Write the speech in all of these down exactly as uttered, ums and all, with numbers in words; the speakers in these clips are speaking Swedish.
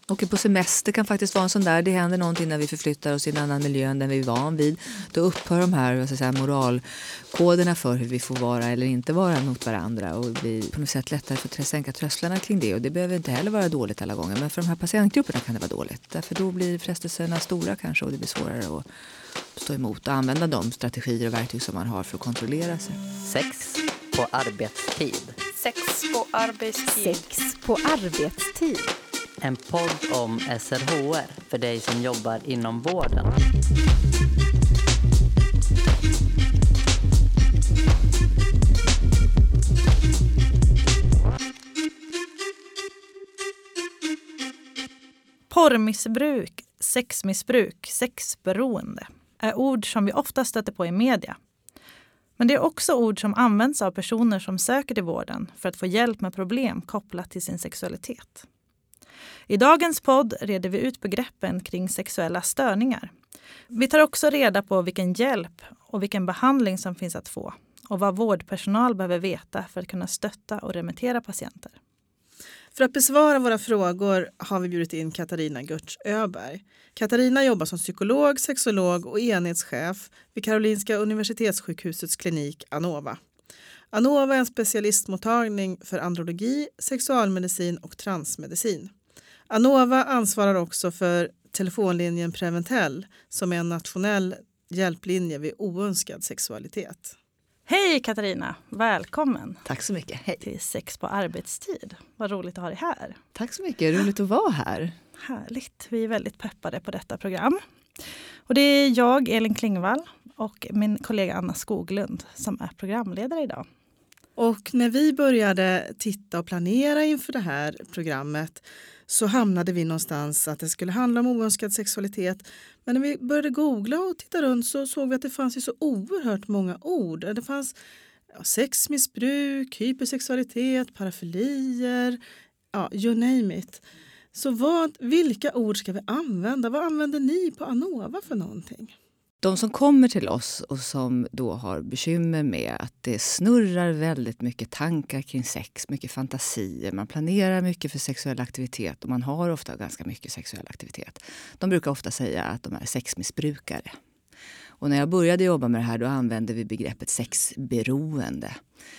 Och på semester kan faktiskt vara en sån där, det händer någonting när vi förflyttar oss i en annan miljö än den vi är van vid. Då upphör de här, vad ska jag säga, moralkoderna för hur vi får vara eller inte vara mot varandra. Och det blir på något sätt lättare för att sänka trösklarna kring det. Och det behöver inte heller vara dåligt alla gånger. Men för de här patientgrupperna kan det vara dåligt. Därför då blir frestelserna stora kanske och det blir svårare att stå emot och använda de strategier och verktyg som man har för att kontrollera sig. Sex på arbetstid. Sex på arbetstid. Sex på arbetstid. En podd om S R H R för dig som jobbar inom vården. Porrmissbruk, sexmissbruk, sexberoende är ord som vi ofta stöter på i media. Men det är också ord som används av personer som söker till vården för att få hjälp med problem kopplat till sin sexualitet. I dagens podd reder vi ut begreppen kring sexuella störningar. Vi tar också reda på vilken hjälp och vilken behandling som finns att få och vad vårdpersonal behöver veta för att kunna stötta och remittera patienter. För att besvara våra frågor har vi bjudit in Katarina Görtz Öberg. Katarina jobbar som psykolog, sexolog och enhetschef vid Karolinska Universitetssjukhusets klinik Anova. Anova är en specialistmottagning för andrologi, sexualmedicin och transmedicin. Anova ansvarar också för telefonlinjen Preventell som är en nationell hjälplinje vid oönskad sexualitet. Hej Katarina, välkommen. Tack så mycket, hej. Till Sex på arbetstid. Vad roligt att ha dig här. Tack så mycket, roligt att vara här. Härligt, vi är väldigt peppade på detta program. Och det är jag, Elin Klingvall, och min kollega Anna Skoglund som är programledare idag. Och när vi började titta och planera inför det här programmet så hamnade vi någonstans att det skulle handla om oönskad sexualitet. Men när vi började googla och titta runt så såg vi att det fanns ju så oerhört många ord. Det fanns ja, sexmissbruk, hypersexualitet, parafilier, ja, you name it. Så vad, vilka ord ska vi använda? Vad använder ni på Anova för någonting? De som kommer till oss och som då har bekymmer med att det snurrar väldigt mycket tankar kring sex, mycket fantasier, man planerar mycket för sexuell aktivitet och man har ofta ganska mycket sexuell aktivitet. De brukar ofta säga att de är sexmissbrukare. Och när jag började jobba med det här då använde vi begreppet sexberoende.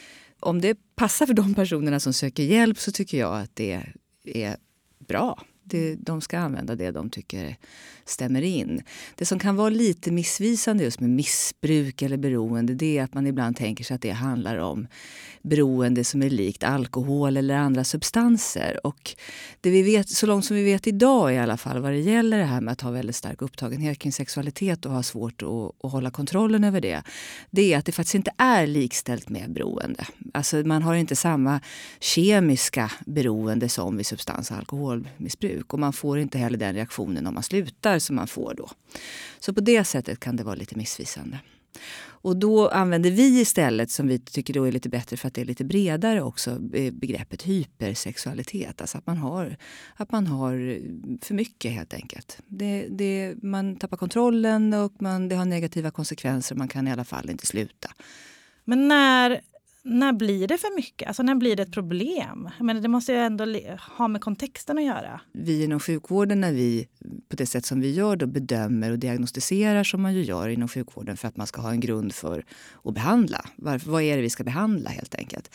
Om det passar för de personerna som söker hjälp så tycker jag att det är bra. Det, de ska använda det de tycker stämmer in. Det som kan vara lite missvisande just med missbruk eller beroende det är att man ibland tänker sig att det handlar om beroende som är likt alkohol eller andra substanser. Och det vi vet, så långt som vi vet idag i alla fall vad det gäller det här med att ha väldigt stark upptagenhet kring sexualitet och ha svårt att, att hålla kontrollen över det. Det är att det faktiskt inte är likställt med beroende. Alltså man har inte samma kemiska beroende som vid substans- och alkoholmissbruk. Och man får inte heller den reaktionen om man slutar som man får då. Så på det sättet kan det vara lite missvisande. Och då använder vi istället, som vi tycker då är lite bättre för att det är lite bredare också, begreppet hypersexualitet. Alltså att man har, att man har för mycket helt enkelt. Det, det, man tappar kontrollen och man, det har negativa konsekvenser och man kan i alla fall inte sluta. Men när... När blir det för mycket? Alltså när blir det ett problem? Men det måste ju ändå ha med kontexten att göra. Vi inom sjukvården när vi på det sätt som vi gör då bedömer och diagnostiserar som man ju gör inom sjukvården för att man ska ha en grund för att behandla. Varför, vad är det vi ska behandla helt enkelt?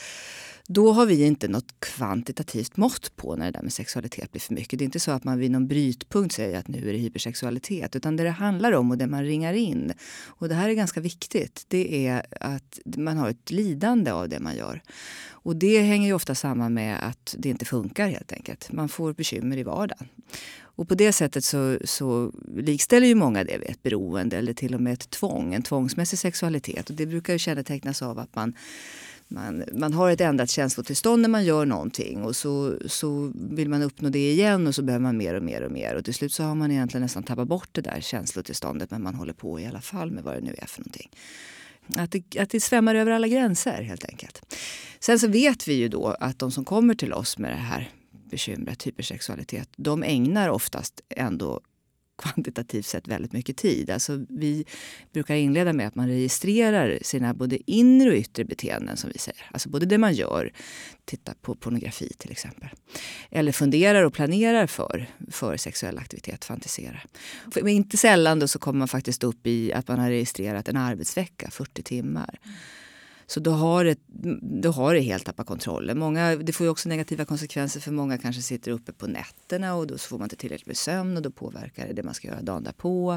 Då har vi inte något kvantitativt mått på när det där med sexualitet blir för mycket. Det är inte så att man vid någon brytpunkt säger att nu är det hypersexualitet. Utan det det handlar om och det man ringar in. Och det här är ganska viktigt. Det är att man har ett lidande av det man gör. Och det hänger ju ofta samman med att det inte funkar helt enkelt. Man får bekymmer i vardagen. Och på det sättet så, så likställer ju många det vid ett beroende eller till och med ett tvång. En tvångsmässig sexualitet. Och det brukar ju kännetecknas av att man... Man, man har ett ändrat känslotillstånd när man gör någonting och så, så vill man uppnå det igen och så behöver man mer och mer och mer. Och till slut så har man egentligen nästan tappat bort det där känslotillståndet men man håller på i alla fall med vad det nu är för någonting. Att det, att det svämmar över alla gränser helt enkelt. Sen så vet vi ju då att de som kommer till oss med det här bekymret, hypersexualitet, de ägnar oftast ändå kvantitativt sett väldigt mycket tid. Alltså vi brukar inleda med att man registrerar sina både inre och yttre beteenden som vi säger. Alltså både det man gör, titta på pornografi till exempel. Eller funderar och planerar för, för sexuell aktivitet, fantiserar. Men inte sällan då så kommer man faktiskt upp i att man har registrerat en arbetsvecka, fyrtio timmar. Så då har det, då har det helt tappat kontrollen. Många, det får ju också negativa konsekvenser för många kanske sitter uppe på nätterna och då får man inte tillräckligt med sömn och då påverkar det det man ska göra dagen därpå.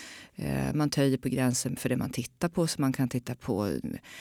Man töjer på gränsen för det man tittar på så man kan titta på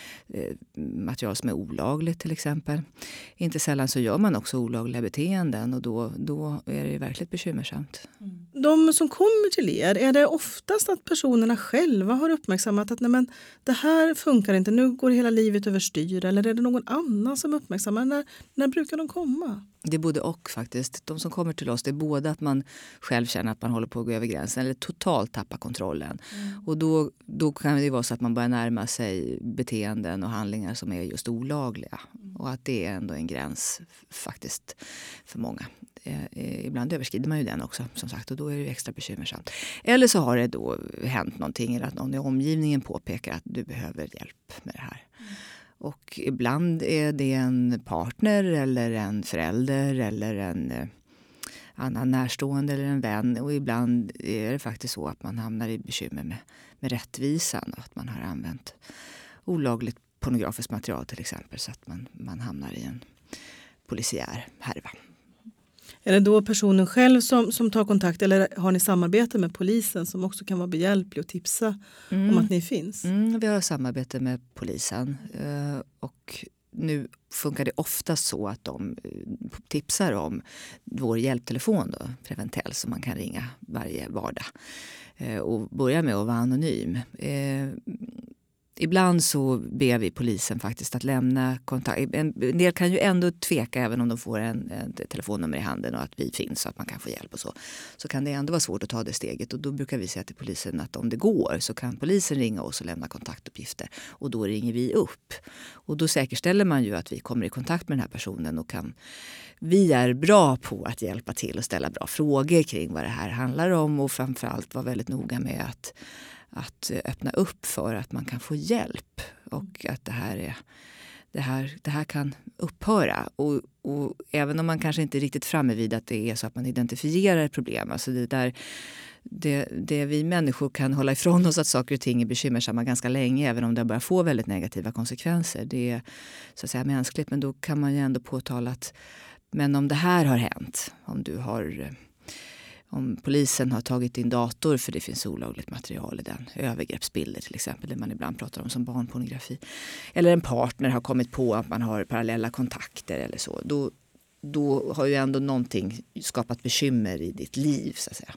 material som är olagligt till exempel. Inte sällan så gör man också olagliga beteenden och då, då är det verkligen bekymmersamt. De som kommer till er, är det oftast att personerna själva har uppmärksammat att nej men, det här funkar inte, nu går hela livet överstyr, eller är det någon annan som uppmärksammar? När, när brukar de komma? Det är både och faktiskt. De som kommer till oss, det är både att man själv känner att man håller på att gå över gränsen eller totalt tappar kontrollen. Mm. Och då, då kan det vara så att man börjar närma sig beteenden och handlingar som är just olagliga. Mm. Och att det är ändå en gräns faktiskt för många. Eh, ibland överskrider man ju den också som sagt och då är det extra bekymmersamt. Eller så har det då hänt någonting eller att någon i omgivningen påpekar att du behöver hjälp med det här. Mm. Och ibland är det en partner eller en förälder eller en eh, annan närstående eller en vän. Och ibland är det faktiskt så att man hamnar i bekymmer med, med rättvisan och att man har använt olagligt pornografiskt material till exempel så att man, man hamnar i en polisiär härva. Är det då personen själv som, som tar kontakt eller har ni samarbete med polisen som också kan vara behjälplig och tipsa mm. om att ni finns? Mm, vi har samarbete med polisen och nu funkar det ofta så att de tipsar om vår hjälptelefon då, Preventell, som man kan ringa varje vardag och börja med att vara anonym. Ibland så ber vi polisen faktiskt att lämna kontakt. En del kan ju ändå tveka även om de får en, ett telefonnummer i handen och att vi finns så att man kan få hjälp och så. Så kan det ändå vara svårt att ta det steget och då brukar vi säga till polisen att om det går så kan polisen ringa oss och lämna kontaktuppgifter och då ringer vi upp. Och då säkerställer man ju att vi kommer i kontakt med den här personen och kan... Vi är bra på att hjälpa till och ställa bra frågor kring vad det här handlar om och framförallt vara väldigt noga med att att öppna upp för att man kan få hjälp och att det här, är, det här, det här kan upphöra. Och, och även om man kanske inte är riktigt framme vid att det är så att man identifierar ett problem. Alltså det, där, det, det vi människor kan hålla ifrån oss att saker och ting är bekymmersamma ganska länge även om det börjar få väldigt negativa konsekvenser. Det är så att säga mänskligt men då kan man ju ändå påtala att men om det här har hänt, om du har... Om polisen har tagit din dator för det finns olagligt material i den. Övergreppsbilder till exempel, det man ibland pratar om som barnpornografi. Eller en partner har kommit på att man har parallella kontakter eller så. Då, då har ju ändå någonting skapat bekymmer i ditt liv så att säga.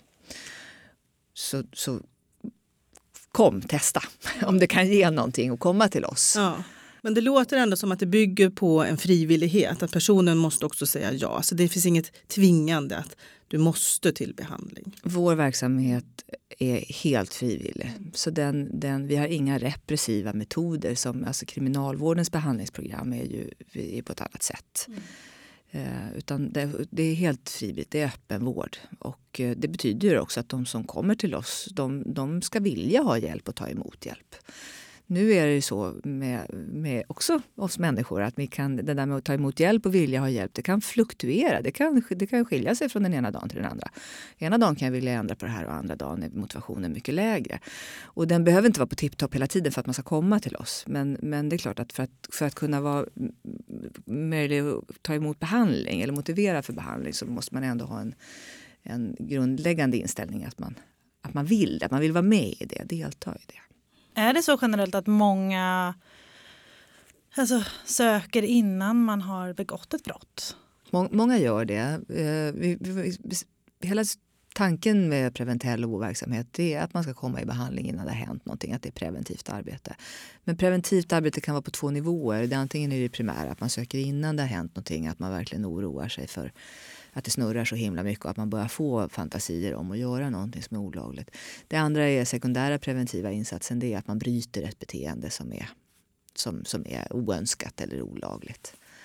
Så, så kom, testa om det kan ge någonting och komma till oss. Ja. Men det låter ändå som att det bygger på en frivillighet. Att personen måste också säga ja. Så det finns inget tvingande att du måste till behandling. Vår verksamhet är helt frivillig. Så den, den, vi har inga repressiva metoder. Som, alltså kriminalvårdens behandlingsprogram är ju är på ett annat sätt. Mm. Eh, utan det, det är helt frivilligt, det är öppen vård. Och eh, det betyder också att de som kommer till oss, de, de ska vilja ha hjälp och ta emot hjälp. Nu är det ju så med, med också oss människor att vi kan, det där med att ta emot hjälp och vilja ha hjälp, det kan fluktuera. Det kan, det kan skilja sig från den ena dagen till den andra. Ena dagen kan jag vilja ändra på det här och andra dagen är motivationen mycket lägre. Och den behöver inte vara på tipptopp hela tiden för att man ska komma till oss. Men, men det är klart att för, att för att kunna vara möjlig att ta emot behandling eller motivera för behandling så måste man ändå ha en, en grundläggande inställning att man, att man vill, att man vill vara med i det, delta i det. Är det så generellt att många alltså, söker innan man har begått ett brott? Många gör det. Vi, vi, vi, hela tanken med Preventell och vår verksamhet är att man ska komma i behandling innan det har hänt någonting, att det är preventivt arbete. Men preventivt arbete kan vara på två nivåer. Det är antingen är det primära, att man söker innan det har hänt någonting, att man verkligen oroar sig för att det snurrar så himla mycket och att man börjar få fantasier om att göra någonting som är olagligt. Det andra är sekundära preventiva insatsen, det är att man bryter ett beteende som är, som, som är oönskat eller olagligt.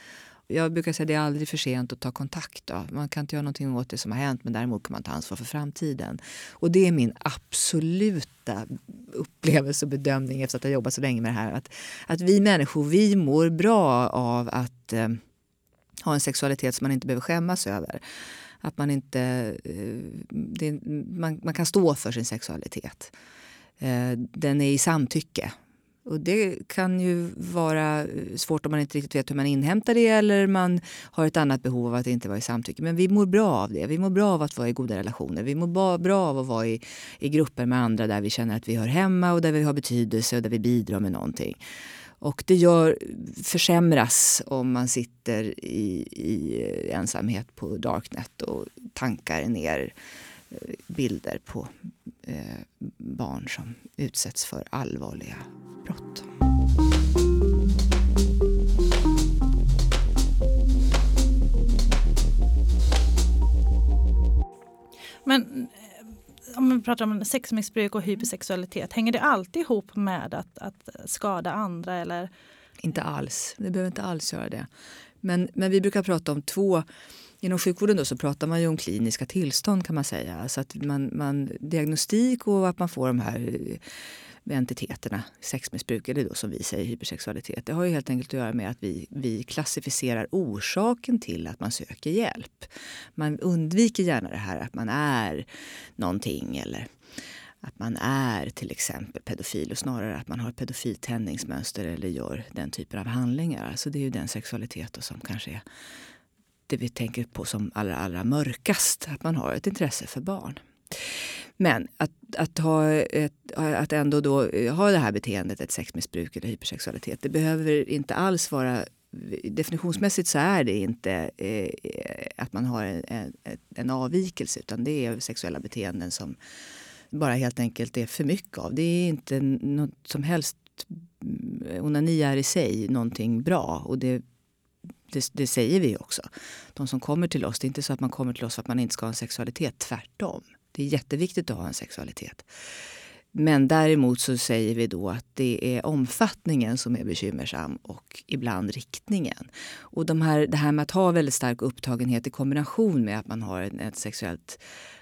Jag brukar säga att det är aldrig för sent att ta kontakt. Då. Man kan inte göra någonting åt det som har hänt, men däremot kan man ta ansvar för framtiden. Och det är min absoluta upplevelse och bedömning efter att ha jobbat så länge med det här. Att, att vi människor, vi mår bra av att eh, ha en sexualitet som man inte behöver skämmas över. Att man inte... Eh, det, man, man kan stå för sin sexualitet. Eh, den är i samtycke. Och det kan ju vara svårt om man inte riktigt vet hur man inhämtar det eller man har ett annat behov av att inte vara i samtycke. Men vi mår bra av det. Vi mår bra av att vara i goda relationer. Vi mår bra av att vara i, i grupper med andra där vi känner att vi hör hemma och där vi har betydelse och där vi bidrar med någonting. Och det gör, försämras om man sitter i, i ensamhet på Darknet och tankar ner bilder på eh, barn som utsätts för allvarliga brott. Men om vi pratar om sexmissbruk och hypersexualitet, hänger det alltid ihop med att, att skada andra? Eller? Inte alls. Det behöver inte alls göra det. Men, men vi brukar prata om två... Inom sjukvården då så pratar man ju om kliniska tillstånd kan man säga. Alltså att man, man diagnostik och att man får de här entiteterna, sexmissbruk eller då som vi säger hypersexualitet. Det har ju helt enkelt att göra med att vi, vi klassificerar orsaken till att man söker hjälp. Man undviker gärna det här att man är någonting eller att man är till exempel pedofil och snarare att man har ett pedofilt tändningsmönster eller gör den typen av handlingar. Alltså det är ju den sexualitet som kanske är det vi tänker på som allra, allra mörkast, att man har ett intresse för barn. Men att, att, ha ett, att ändå då ha det här beteendet, ett sexmissbruk eller hypersexualitet, det behöver inte alls vara, definitionsmässigt så är det inte eh, att man har en, en, en avvikelse, utan det är sexuella beteenden som bara helt enkelt är för mycket av. Det är inte något som helst, onani är i sig någonting bra och det Det, det säger vi också. De som kommer till oss, det är inte så att man kommer till oss för att man inte ska ha en sexualitet. Tvärtom. Det är jätteviktigt att ha en sexualitet. Men däremot så säger vi då att det är omfattningen som är bekymmersam och ibland riktningen. Och de här, det här med att ha väldigt stark upptagenhet i kombination med att man har ett sexuellt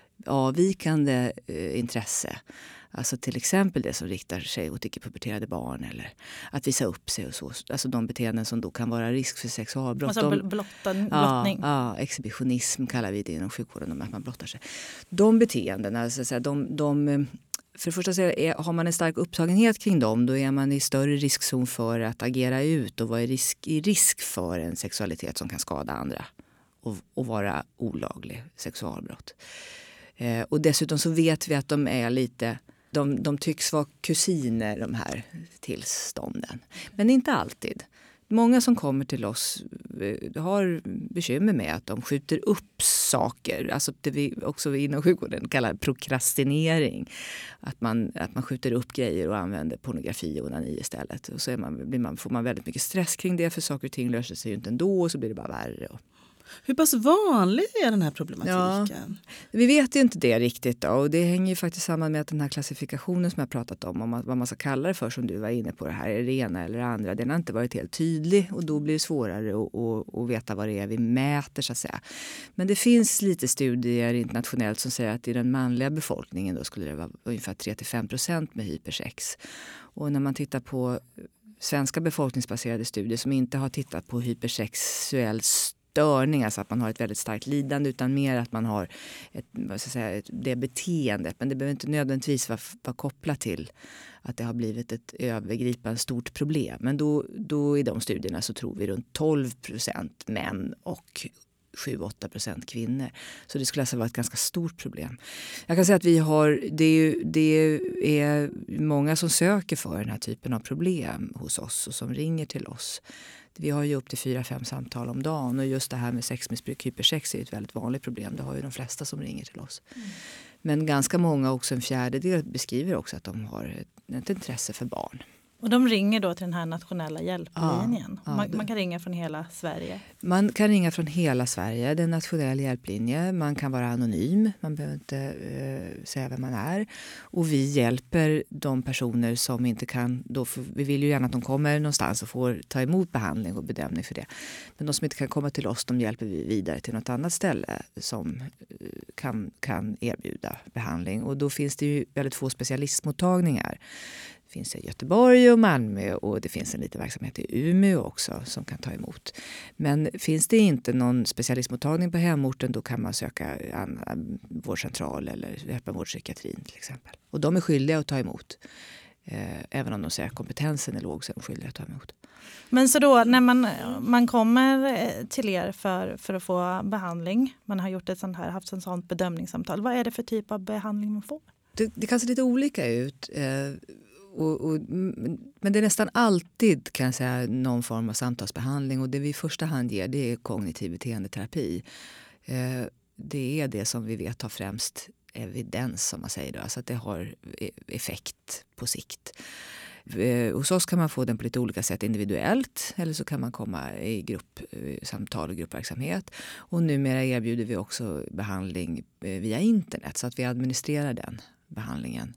avvikande eh, intresse. Alltså till exempel det som riktar sig åt icke-puberterade barn eller att visa upp sig och så. Alltså de beteenden som då kan vara risk för sexualbrott. Alltså de, blotta, ja, blottning. Ja, exhibitionism kallar vi det inom sjukvården, att man blottar sig. De beteendena, alltså, de, de, för det första så är, har man en stark upptagenhet kring dem, då är man i större riskzon för att agera ut och vara i risk, i risk för en sexualitet som kan skada andra och, och vara olaglig sexualbrott. Eh, och dessutom så vet vi att de är lite... De, de tycks vara kusiner, de här tillstånden. Men inte alltid. Många som kommer till oss har bekymmer med att de skjuter upp saker. Alltså det vi också inom sjukvården kallar prokrastinering. Att man, att man skjuter upp grejer och använder pornografi och onani istället. Och så är man, blir man, får man väldigt mycket stress kring det, för saker och ting löser sig ju inte ändå och så blir det bara värre. Hur pass vanlig är den här problematiken? Ja, vi vet ju inte det riktigt då, och det hänger ju faktiskt samman med att den här klassifikationen som jag pratat om, om vad man ska kalla det för, som du var inne på, det här är det ena eller det andra, den har inte varit helt tydlig och då blir det svårare att, att, att veta vad det är vi mäter så att säga. Men det finns lite studier internationellt som säger att i den manliga befolkningen då skulle det vara ungefär tre till fem procent med hypersex. Och när man tittar på svenska befolkningsbaserade studier som inte har tittat på hypersexuell störning, alltså att man har ett väldigt starkt lidande, utan mer att man har ett, vad ska jag säga, det beteendet. Men det behöver inte nödvändigtvis vara, vara kopplat till att det har blivit ett övergripande stort problem. Men då, då i de studierna så tror vi runt tolv procent män och sju till åtta procent kvinnor. Så det skulle alltså vara ett ganska stort problem. Jag kan säga att vi har, det är, ju, det är många som söker för den här typen av problem hos oss och som ringer till oss. Vi har ju upp till fyra, fem samtal om dagen, och just det här med sexmissbruk, hypersex, är ett väldigt vanligt problem. Det har ju de flesta som ringer till oss. Mm. Men ganska många, också en fjärdedel, beskriver också att de har ett, ett intresse för barn. Och de ringer då till den här nationella hjälplinjen. Ja, ja, man, man kan ringa från hela Sverige. Man kan ringa från hela Sverige. Det är en nationell hjälplinje. Man kan vara anonym. Man behöver inte eh, säga vem man är. Och vi hjälper de personer som inte kan... Då för, vi vill ju gärna att de kommer någonstans och får ta emot behandling och bedömning för det. Men de som inte kan komma till oss, de hjälper vi vidare till något annat ställe som kan, kan erbjuda behandling. Och då finns det ju väldigt få specialistmottagningar. Det finns i Göteborg och Malmö och det finns en liten verksamhet i Umeå också som kan ta emot. Men finns det inte någon specialistmottagning på hemorten, då kan man söka en vårdcentral eller öppenvårdspsykiatrin till exempel. Och de är skyldiga att ta emot. Eh, även om de säger att kompetensen är låg, så är de skyldiga att ta emot. Men så då när man, man kommer till er för, för att få behandling, man har gjort ett sånt här, haft ett sånt bedömningssamtal, vad är det för typ av behandling man får? Det, det kan se lite olika ut. Eh, Och, och, men det är nästan alltid, kan jag säga, någon form av samtalsbehandling. Och det vi i första hand ger, det är kognitiv beteendeterapi. Eh, det är det som vi vet har främst evidens, som man säger då. Alltså att det har effekt på sikt. Eh, hos oss kan man få den på lite olika sätt individuellt. Eller så kan man komma i gruppsamtal och gruppverksamhet. Och numera erbjuder vi också behandling via internet. Så att vi administrerar den behandlingen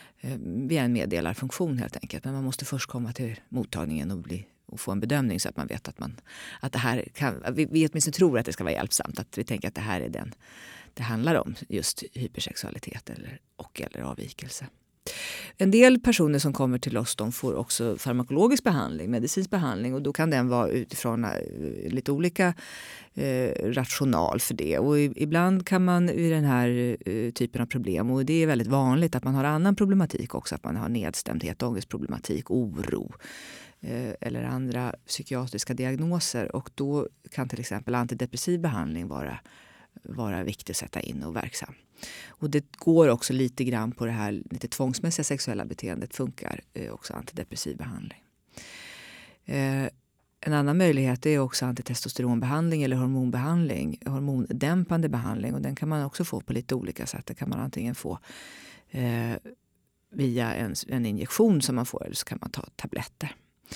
via en meddelarfunktion helt enkelt. Men man måste först komma till mottagningen och, bli, och få en bedömning så att man vet att, man, att det här kan, vi, vi åtminstone tror att det ska vara hjälpsamt. Att vi tänker att det här är den det handlar om, just hypersexualitet eller, och eller avvikelse. En del personer som kommer till oss, de får också farmakologisk behandling, medicinsk behandling, och då kan den vara utifrån uh, lite olika uh, rational för det. Och i, ibland kan man i den här uh, typen av problem, och det är väldigt vanligt att man har annan problematik också, att man har nedstämdhet, ångestproblematik, oro uh, eller andra psykiatriska diagnoser, och då kan till exempel antidepressiv behandling vara vara viktigt att sätta in och verksam. Och det går också lite grann på det här lite tvångsmässiga sexuella beteendet, funkar eh, också antidepressiv behandling. Eh, en annan möjlighet är också antitestosteronbehandling eller hormonbehandling, hormondämpande behandling, och den kan man också få på lite olika sätt. Det kan man antingen få eh, via en, en injektion som man får, eller så kan man ta tabletter.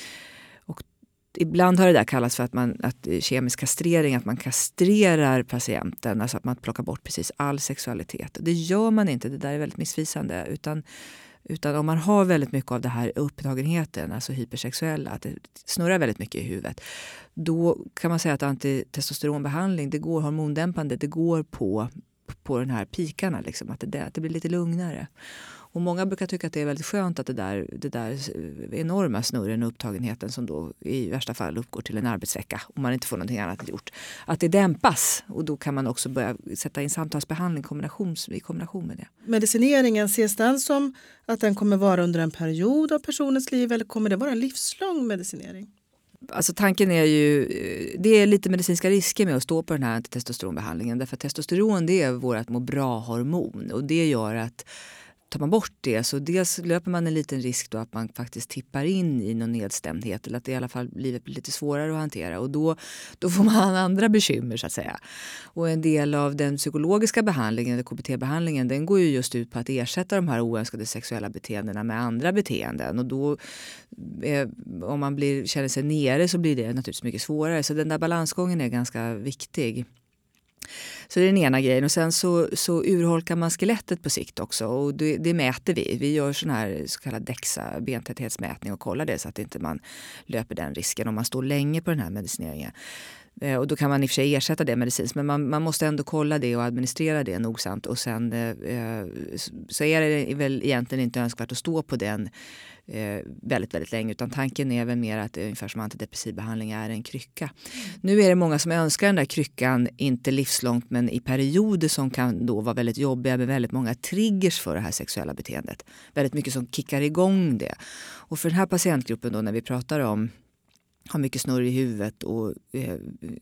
Ibland har det där kallats för att man, att kemisk kastrering, att man kastrerar patienten, alltså att man plockar bort precis all sexualitet. Det gör man inte, det där är väldigt missvisande. Utan, utan om man har väldigt mycket av det här upptagenheten, alltså hypersexuella, att det snurrar väldigt mycket i huvudet, då kan man säga att antitestosteronbehandling, det går hormondämpande, det går på, på den här pikarna, liksom, att, det, att det blir lite lugnare. Och många brukar tycka att det är väldigt skönt att det där, det där enorma snurren och upptagenheten som då i värsta fall uppgår till en arbetsvecka, om man inte får någonting annat gjort, att det dämpas. Och då kan man också börja sätta in samtalsbehandling kombination, i kombination med det. Medicineringen, ses den som att den kommer vara under en period av personens liv, eller kommer det vara en livslång medicinering? Alltså tanken är ju, det är lite medicinska risker med att stå på den här antitestosteronbehandlingen, därför att testosteron, det är vårt må bra-hormon, och det gör att tar man bort det, så dels löper man en liten risk då att man faktiskt tippar in i någon nedstämdhet, eller att det i alla fall blir lite svårare att hantera, och då, då får man andra bekymmer så att säga. Och en del av den psykologiska behandlingen, eller K B T-behandlingen, den går ju just ut på att ersätta de här oönskade sexuella beteendena med andra beteenden, och då eh, om man blir, känner sig nere, så blir det naturligtvis mycket svårare, så den där balansgången är ganska viktig. Så det är den ena grejen, och sen så, så urholkar man skelettet på sikt också, och det, det mäter vi. Vi gör sån här så kallad DEXA, bentäthetsmätning, och kollar det så att inte man löper den risken om man står länge på den här medicineringen. Och då kan man i och för sig ersätta det medicinskt, men man, man måste ändå kolla det och administrera det nogsamt, och sen eh, så är det väl egentligen inte önskvärt att stå på den eh, väldigt, väldigt länge, utan tanken är väl mer att det är ungefär som antidepressiv behandling är en krycka. Mm. Nu är det många som önskar den där kryckan, inte livslångt, men i perioder som kan då vara väldigt jobbiga, med väldigt många triggers för det här sexuella beteendet. Väldigt mycket som kickar igång det. Och för den här patientgruppen då, när vi pratar om har mycket snurr i huvudet och eh,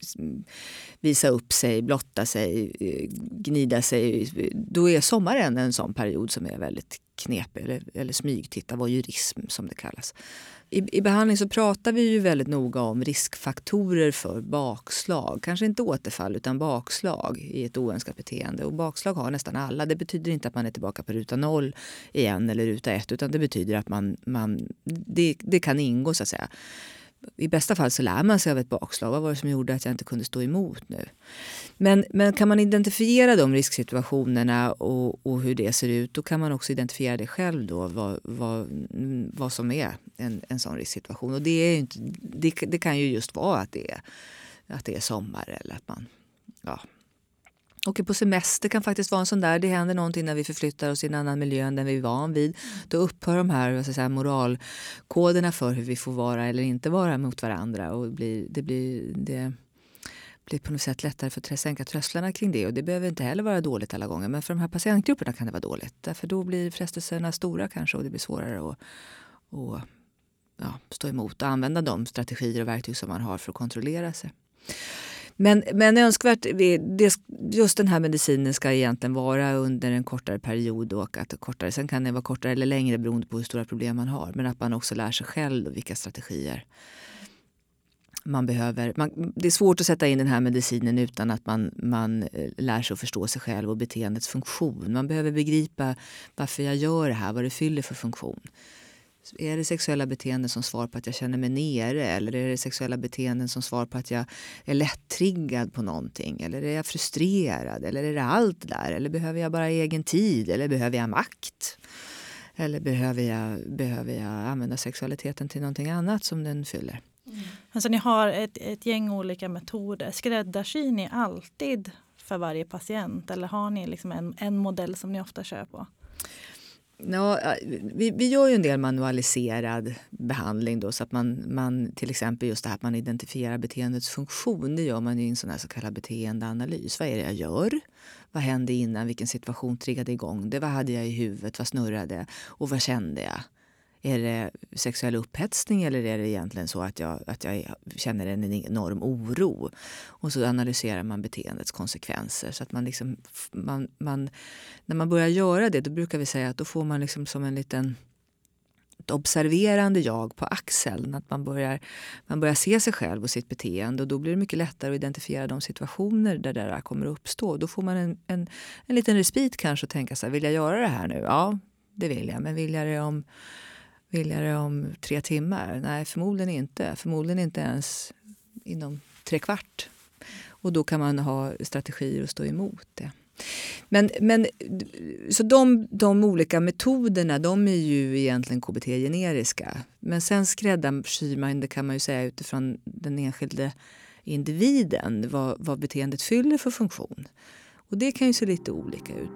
visa upp sig, blotta sig, eh, gnida sig, då är sommaren en sån period som är väldigt knepig, eller, eller smygtitta, voyeurism som det kallas. I, I behandling så pratar vi ju väldigt noga om riskfaktorer för bakslag. Kanske inte återfall utan bakslag i ett oönskat beteende. Och bakslag har nästan alla. Det betyder inte att man är tillbaka på ruta noll igen eller ruta ett. Utan det betyder att man, man, det, det kan ingå så att säga. I bästa fall så lär man sig av ett bakslag. Vad var det som gjorde att jag inte kunde stå emot nu? Men, men kan man identifiera de risksituationerna och, och hur det ser ut, då kan man också identifiera det själv då, vad, vad, vad som är en, en sån risksituation. Och det, är ju inte, det, det kan ju just vara att det är, att det är sommar eller att man... Ja. Och på semester kan faktiskt vara en sån där, det händer någonting när vi förflyttar oss i en annan miljö än den vi är van vid. Då upphör de här vad ska jag säga, moralkoderna för hur vi får vara eller inte vara mot varandra. Och det blir, det blir, det blir på något sätt lättare för att sänka trösklarna kring det. Och det behöver inte heller vara dåligt alla gånger. Men för de här patientgrupperna kan det vara dåligt. Därför då blir frestelserna stora kanske och det blir svårare att och, ja, stå emot och använda de strategier och verktyg som man har för att kontrollera sig. Men, men önskvärt, det, just den här medicinen ska egentligen vara under en kortare period och att kortare, sen kan det vara kortare eller längre beroende på hur stora problem man har. Men att man också lär sig själv och vilka strategier man behöver. Man, det är svårt att sätta in den här medicinen utan att man, man lär sig att förstå sig själv och beteendets funktion. Man behöver begripa varför jag gör det här, vad det fyller för funktion. Är det sexuella beteenden som svar på att jag känner mig nere? Eller är det sexuella beteenden som svar på att jag är lättriggad på någonting? Eller är jag frustrerad? Eller är det allt där? Eller behöver jag bara egen tid? Eller behöver jag makt? Eller behöver jag, behöver jag använda sexualiteten till någonting annat som den fyller? Mm. Alltså ni har ett, ett gäng olika metoder. Skräddarsyr ni alltid för varje patient? Eller har ni liksom en, en modell som ni ofta kör på? Ja, vi, vi gör ju en del manualiserad behandling då, så att man, man till exempel just det här att man identifierar beteendets funktion. Det gör man i en sån här så kallad beteendeanalys. Vad är det jag gör? Vad hände innan? Vilken situation triggade igång det? Vad hade jag i huvudet? Vad snurrade? Och vad kände jag? Är det sexuell upphetsning eller är det egentligen så att jag, att jag känner en enorm oro? Och så analyserar man beteendets konsekvenser. Så att man liksom, man, man, när man börjar göra det, då brukar vi säga att då får man liksom som en liten ett observerande jag på axeln. Att man börjar, man börjar se sig själv och sitt beteende. Och då blir det mycket lättare att identifiera de situationer där det där kommer att uppstå. Då får man en, en, en liten respit kanske och tänka så här, vill jag göra det här nu? Ja, det vill jag. Men vill jag det om... Vill jag det om tre timmar? Nej, förmodligen inte. Förmodligen inte ens inom tre kvart. Och då kan man ha strategier att stå emot det. Men, men så de, de olika metoderna, de är ju egentligen K B T-generiska. Men sen skräddarsyr man, det kan man ju säga utifrån den enskilde individen, vad, vad beteendet fyller för funktion. Och det kan ju se lite olika ut.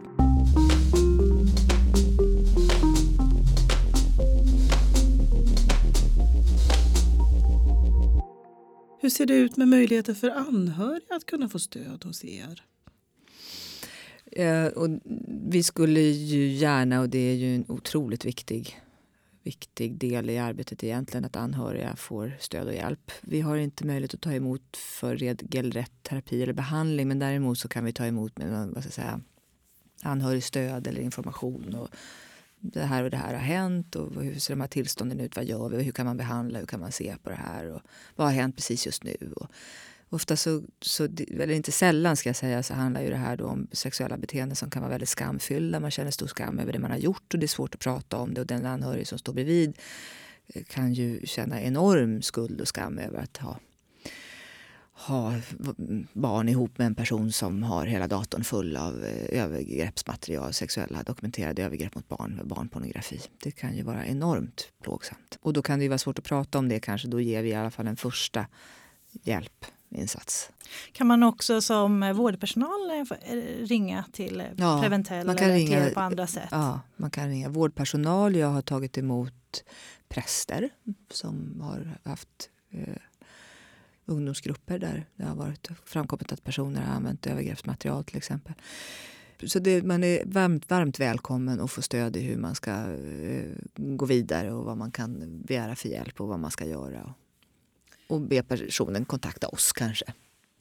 Hur ser det ut med möjligheter för anhöriga att kunna få stöd hos er? Eh, och vi skulle ju gärna, och det är ju en otroligt viktig, viktig del i arbetet egentligen, att anhöriga får stöd och hjälp. Vi har inte möjlighet att ta emot för regelrätt terapi eller behandling, men däremot så kan vi ta emot med vad ska jag säga, anhörigstöd eller information och det här och det här har hänt och hur ser de här tillstånden ut, vad gör vi, hur kan man behandla, hur kan man se på det här och vad har hänt precis just nu. Och ofta så, så, eller inte sällan ska jag säga, så handlar ju det här då om sexuella beteenden som kan vara väldigt skamfyllda. Man känner stor skam över det man har gjort och det är svårt att prata om det, och den anhörig som står bredvid kan ju känna enorm skuld och skam över att ha ha barn ihop med en person som har hela datorn full av övergreppsmaterial, sexuella dokumenterade övergrepp mot barn, barnpornografi. Det kan ju vara enormt plågsamt. Och då kan det ju vara svårt att prata om det kanske. Då ger vi i alla fall en första hjälpinsats. Kan man också som vårdpersonal ringa till ja, Preventell man kan eller ringa, till på andra sätt? Ja, man kan ringa vårdpersonal. Jag har tagit emot präster som har haft eh, ungdomsgrupper där det har varit framkommit att personer har använt övergreppsmaterial till exempel. Så det, man är varmt, varmt välkommen att få stöd i hur man ska eh, gå vidare och vad man kan begära för hjälp och vad man ska göra. Och be personen kontakta oss kanske.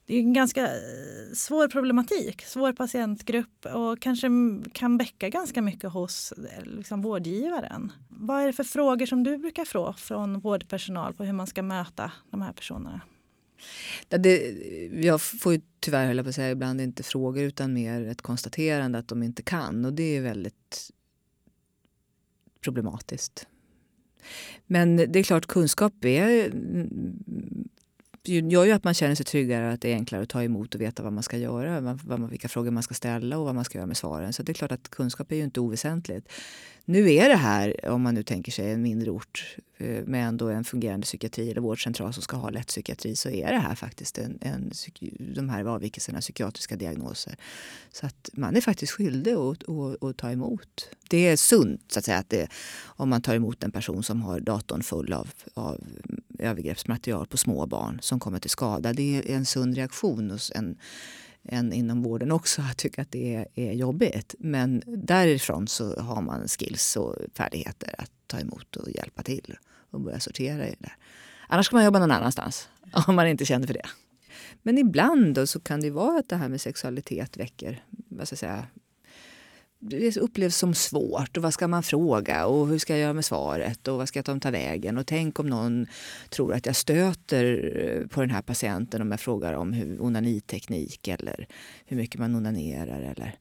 det är en ganska svår problematik, svår patientgrupp och kanske kan väcka ganska mycket hos liksom, vårdgivaren. Vad är det för frågor som du brukar få från vårdpersonal på hur man ska möta de här personerna? Det, jag får ju tyvärr höll jag på att säga, ibland inte frågor utan mer ett konstaterande att de inte kan, och det är väldigt problematiskt. Men det är klart, kunskap är, gör ju att man känner sig tryggare, att det är enklare att ta emot och veta vad man ska göra, vad man, vilka frågor man ska ställa och vad man ska göra med svaren. Så det är klart att kunskap är ju inte oväsentligt. Nu är det här, om man nu tänker sig en mindre ort med ändå en fungerande psykiatri eller vårdcentral som ska ha lätt psykiatri, så är det här faktiskt en, en, de här avvikelserna, psykiatriska diagnoser. Så att man är faktiskt skyldig att, att, att ta emot. Det är sunt så att säga, att det, om man tar emot en person som har datorn full av, av övergreppsmaterial på små barn som kommer till skada. Det är en sund reaktion hos en än inom vården också att tycka att det är, är jobbigt. Men därifrån så har man skills och färdigheter att ta emot och hjälpa till och börja sortera i det där. Annars ska man jobba någon annanstans om man inte känner för det. Men ibland då så kan det vara att det här med sexualitet väcker, vad ska jag säga, det upplevs som svårt, och vad ska man fråga och hur ska jag göra med svaret och vad ska jag ta vägen, och tänk om någon tror att jag stöter på den här patienten om jag frågar om hur onaniteknik eller hur mycket man onanerar, eller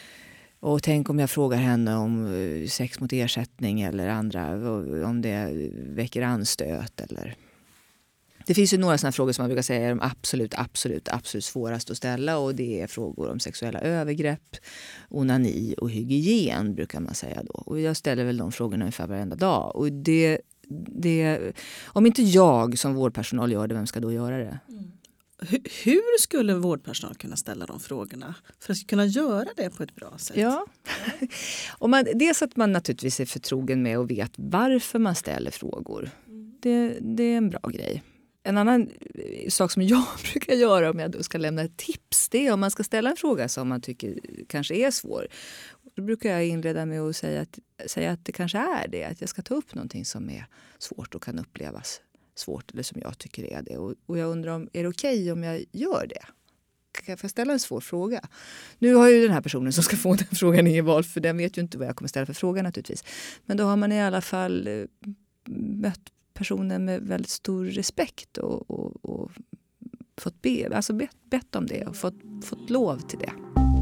och tänk om jag frågar henne om sex mot ersättning eller andra, om det väcker anstöt eller. Det finns ju några sådana frågor som man brukar säga är de absolut, absolut, absolut svårast att ställa, och det är frågor om sexuella övergrepp, onani och hygien brukar man säga då. Och jag ställer väl de frågorna ungefär varenda dag. Och det, det, om inte jag som vårdpersonal gör det, vem ska då göra det? Mm. Hur skulle vårdpersonal kunna ställa de frågorna för att kunna göra det på ett bra sätt? Ja, och man, dels att man naturligtvis är förtrogen med och vet varför man ställer frågor. Det, det är en bra grej. En annan sak som jag brukar göra om jag då ska lämna ett tips, det är om man ska ställa en fråga som man tycker kanske är svår. Då brukar jag inleda med att säga att, säga att det kanske är det. Att jag ska ta upp någonting som är svårt och kan upplevas svårt, eller som jag tycker är det. Och, och jag undrar om är det okej om jag gör det? Kan jag ställa en svår fråga? Nu har ju den här personen som ska få den frågan ingen val, för den vet ju inte vad jag kommer ställa för fråga naturligtvis. Men då har man i alla fall mött personen med väldigt stor respekt och, och, och fått be, alltså bett, bett om det och fått, fått lov till det.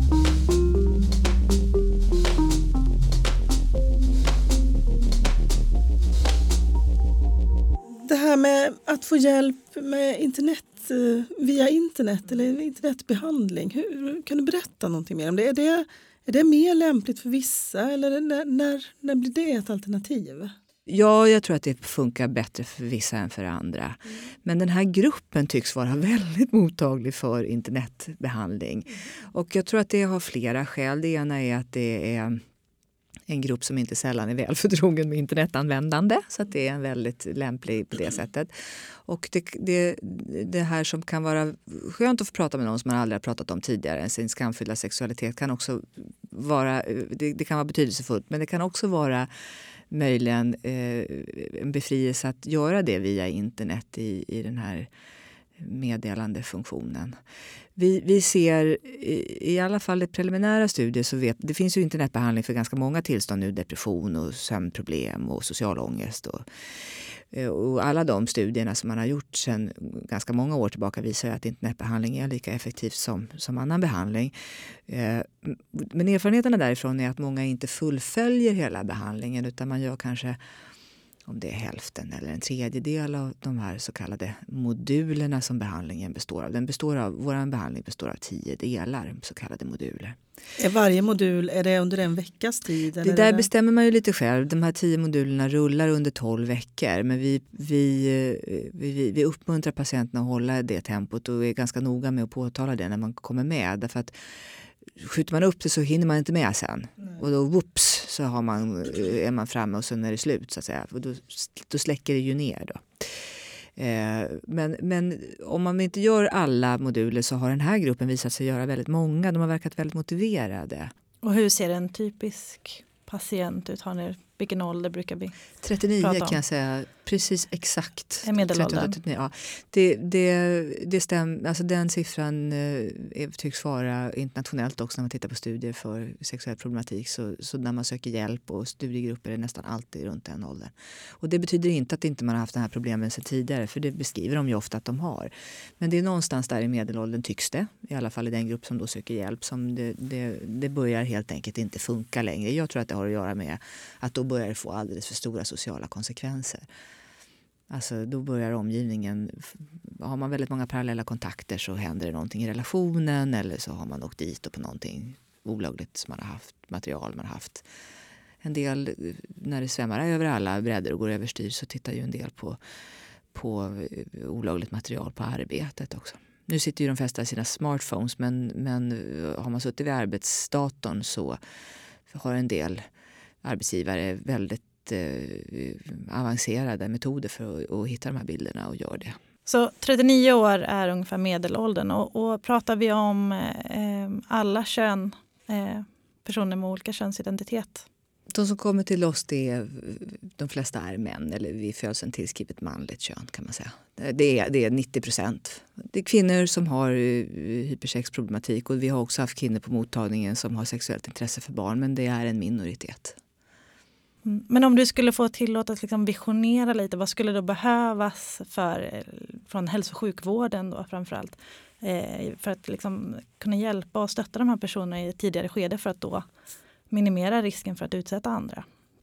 Det här med att få hjälp med internet, via internet eller internetbehandling, hur, kan du berätta någonting mer om det? Är det, är det mer lämpligt för vissa, eller när, när, när blir det ett alternativ? Ja, jag tror att det funkar bättre för vissa än för andra. Mm. Men den här gruppen tycks vara väldigt mottaglig för internetbehandling. Mm. Och jag tror att det har flera skäl. Det ena är att det är en grupp som inte sällan är väl förtrogen med internetanvändande. Så att det är en väldigt lämplig på det sättet. Och det, det, det här som kan vara skönt att få prata med någon som man aldrig har pratat om tidigare, sin skamfyllda sexualitet, kan också vara, det, det kan vara betydelsefullt. Men det kan också vara möjligen eh, en befrielse att göra det via internet i, i den här meddelandefunktionen. Vi, vi ser i, i alla fall i preliminära studier, så vet, det finns ju internetbehandling för ganska många tillstånd nu, depression och sömnproblem och social ångest. Och, och alla de studierna som man har gjort sedan ganska många år tillbaka visar att internetbehandling är lika effektivt som, som annan behandling. Men erfarenheterna därifrån är att många inte fullföljer hela behandlingen, utan man gör kanske, om det är hälften eller en tredjedel av de här så kallade modulerna som behandlingen består av. Den består av, vår behandling består av tio delar, så kallade moduler. Är varje modul, är det under en veckas tid? Eller det där det? bestämmer man ju lite själv. De här tio modulerna rullar under tolv veckor. Men vi, vi, vi, vi uppmuntrar patienterna att hålla det tempot och är ganska noga med att påtala det när man kommer med. Därför att skjuter man upp det så hinner man inte med sen. Nej. Och då whoops, så har man, är man framme och sen är det slut så att säga. Och då, då släcker det ju ner då. Eh, men, men om man inte gör alla moduler så har den här gruppen visat sig göra väldigt många. De har verkat väldigt motiverade. Och hur ser en typisk patient ut? Har ni Vilken ålder brukar vi trettionio prata om? Kan jag säga. Precis exakt. Är medelåldern? trettionio, ja. det, det, det stämmer. Alltså den siffran eh, tycks vara internationellt också när man tittar på studier för sexuell problematik. Så, så när man söker hjälp och studiegrupper är nästan alltid runt den åldern. Och det betyder inte att inte man har haft den här problemen sedan tidigare. För det beskriver de ju ofta att de har. Men det är någonstans där i medelåldern tycks det. I alla fall i den grupp som då söker hjälp. Som det, det, det börjar helt enkelt inte funka längre. Jag tror att det har att göra med att då börjar det få alldeles för stora sociala konsekvenser. Alltså då börjar omgivningen, har man väldigt många parallella kontakter så händer det någonting i relationen eller så har man åkt dit och på någonting olagligt som man har haft, material man har haft. En del, när det svämmar över alla brädor och går överstyr så tittar ju en del på, på olagligt material på arbetet också. Nu sitter ju de flesta i sina smartphones men, men har man suttit vid arbetsdatorn så har en del arbetsgivare väldigt eh, avancerade metoder för att, att hitta de här bilderna och gör det. Så trettionio år är ungefär medelåldern och, och pratar vi om eh, alla kön, eh, personer med olika könsidentitet? De som kommer till oss, det är, de flesta är män eller vid födseln tillskrivet manligt kön kan man säga. Det är, det är nittio procent. Det är kvinnor som har hypersexproblematik och vi har också haft kvinnor på mottagningen som har sexuellt intresse för barn men det är en minoritet. Men om du skulle få tillåta att liksom visionera lite, vad skulle då behövas för, från hälso- och sjukvården då framförallt eh, för att liksom kunna hjälpa och stötta de här personerna i ett tidigare skede för att då minimera risken för att utsätta andra?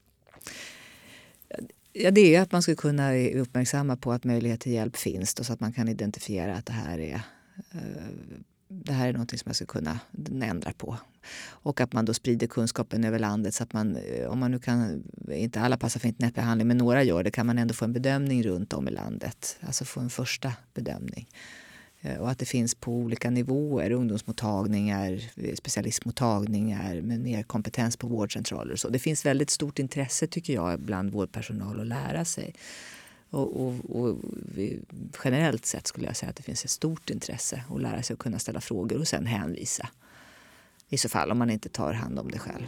Ja, det är att man ska kunna uppmärksamma på att möjlighet till hjälp finns då, så att man kan identifiera att det här är det här är något som man ska kunna ändra på. Och att man då sprider kunskapen över landet så att man, om man nu kan, inte alla passar för internetbehandling men några gör det, kan man ändå få en bedömning runt om i landet. Alltså få en första bedömning. Och att det finns på olika nivåer, ungdomsmottagningar, specialistmottagningar med mer kompetens på vårdcentraler. Så det finns väldigt stort intresse tycker jag bland vårdpersonal att lära sig. Och, och, och generellt sett skulle jag säga att det finns ett stort intresse att lära sig att kunna ställa frågor och sen hänvisa. I så fall om man inte tar hand om det själv.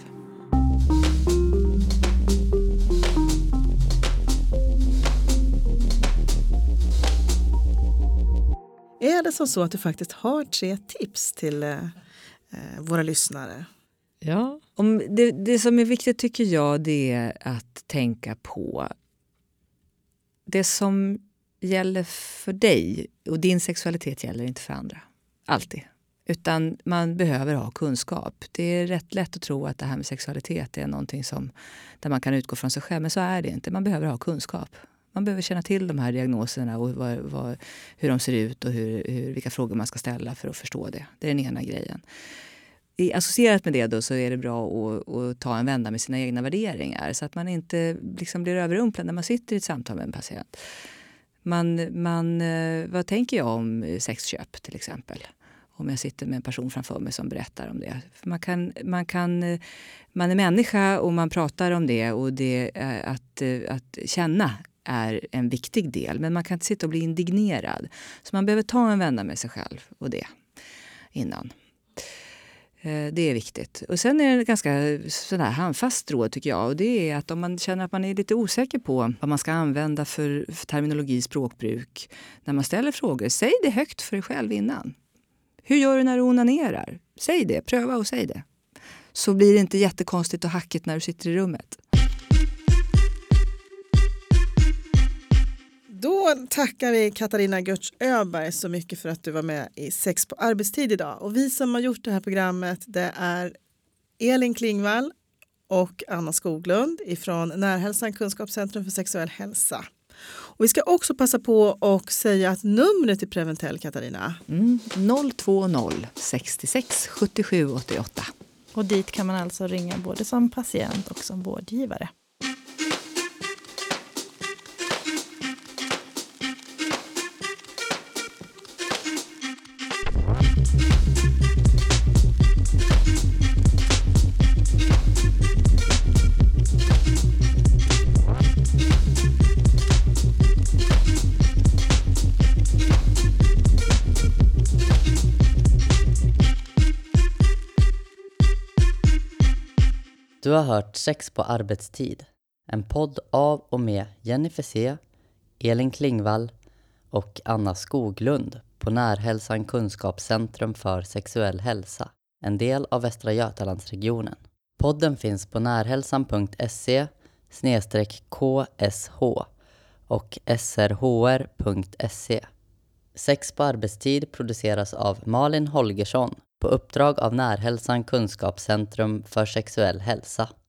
Är det som så att du faktiskt har tre tips till eh, våra lyssnare? Ja, om det, det som är viktigt tycker jag det är att tänka på det som gäller för dig och din sexualitet gäller inte för andra. Alltid. Utan man behöver ha kunskap. Det är rätt lätt att tro att det här med sexualitet är någonting som, där man kan utgå från sig själv. Men så är det inte. Man behöver ha kunskap. Man behöver känna till de här diagnoserna och vad, vad, hur de ser ut och hur, hur, vilka frågor man ska ställa för att förstå det. Det är den ena grejen. I, associerat med det då så är det bra att, att ta en vända med sina egna värderingar så att man inte liksom blir överrumplad när man sitter i ett samtal med en patient. Man, man, vad tänker jag om sexköp till exempel? Om jag sitter med en person framför mig som berättar om det. Man, kan, man, kan, man är människa och man pratar om det och det att, att känna är en viktig del. Men man kan inte sitta och bli indignerad. Så man behöver ta en vända med sig själv och det innan. Det är viktigt. Och sen är det ganska sån här handfast råd tycker jag. Och det är att om man känner att man är lite osäker på vad man ska använda för, för terminologi, språkbruk. När man ställer frågor, säg det högt för dig själv innan. Hur gör du när du onanerar? Säg det, pröva och säg det. Så blir det inte jättekonstigt och hackigt när du sitter i rummet. Då tackar vi Katarina Götz Öberg så mycket för att du var med i Sex på arbetstid idag. Och vi som har gjort det här programmet det är Elin Klingvall och Anna Skoglund ifrån Närhälsan Kunskapscentrum för sexuell hälsa. Och vi ska också passa på att säga att numret till Preventell, Katarina. Mm, noll två noll sex sex sju sju åtta åtta. Och dit kan man alltså ringa både som patient och som vårdgivare. Du har hört Sex på arbetstid. En podd av och med Jennifer C, Elin Klingvall och Anna Skoglund på Närhälsan Kunskapscentrum för sexuell hälsa, en del av Västra Götalandsregionen. Podden finns på närhälsan punkt se snedstreck K S H och S R H R punkt se. Sex på arbetstid produceras av Malin Holgersson på uppdrag av Närhälsan Kunskapscentrum för sexuell hälsa.